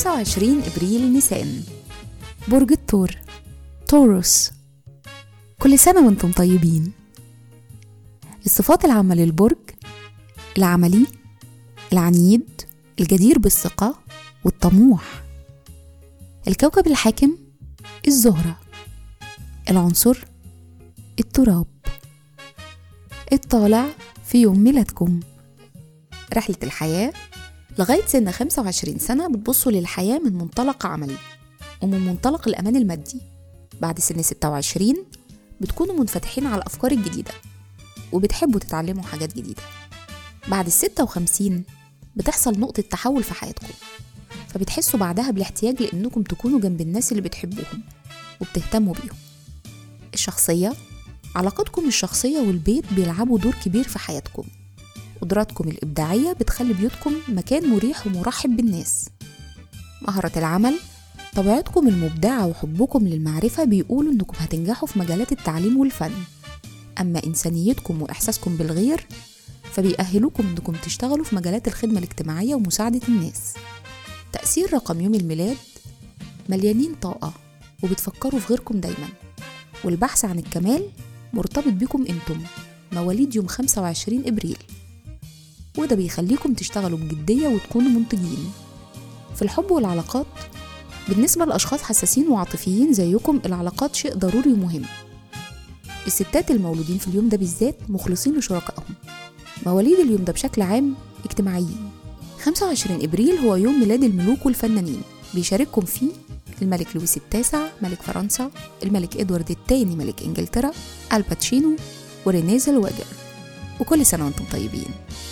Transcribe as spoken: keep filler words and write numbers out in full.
خمسة وعشرين إبريل نيسان، برج الثور، توروس. كل سنة وانتم طيبين. الصفات العامة للبرج: العملي، العنيد، الجدير بالثقة والطموح. الكوكب الحاكم: الزهرة. العنصر: التراب. الطالع في يوم ميلادكم. رحلة الحياة: لغاية سن خمسة وعشرين سنة بتبصوا للحياة من منطلق عملي ومن منطلق الأمان المادي. بعد سن ستة وعشرين بتكونوا منفتحين على الأفكار الجديدة وبتحبوا تتعلموا حاجات جديدة. بعد الستة وخمسين بتحصل نقطة تحول في حياتكم، فبتحسوا بعدها بالاحتياج لأنكم تكونوا جنب الناس اللي بتحبوهم وبتهتموا بيهم. الشخصية: علاقاتكم الشخصية والبيت بيلعبوا دور كبير في حياتكم. قدراتكم الإبداعية بتخلي بيوتكم مكان مريح ومرحب بالناس. مهارة العمل: طبيعتكم المبدعة وحبكم للمعرفة بيقولوا إنكم هتنجحوا في مجالات التعليم والفن. أما إنسانيتكم وإحساسكم بالغير فبيأهلوكم إنكم تشتغلوا في مجالات الخدمة الاجتماعية ومساعدة الناس. تأثير رقم يوم الميلاد: مليانين طاقة وبتفكروا في غيركم دايما، والبحث عن الكمال مرتبط بكم انتم مواليد يوم خمسة وعشرين إبريل، وده بيخليكم تشتغلوا بجدية وتكونوا منتجين. في الحب والعلاقات: بالنسبة لأشخاص حساسين وعاطفيين زيكم العلاقات شيء ضروري ومهم. الستات المولودين في اليوم ده بالذات مخلصين لشركائهم. مواليد اليوم ده بشكل عام اجتماعيين. خمسة وعشرين إبريل هو يوم ميلاد الملوك والفنانين، بيشارككم فيه الملك لويس التاسع ملك فرنسا، الملك إدوارد الثاني ملك إنجلترا، الباتشينو، ورينيه زلويجر. وكل سنة وانتم طيبين.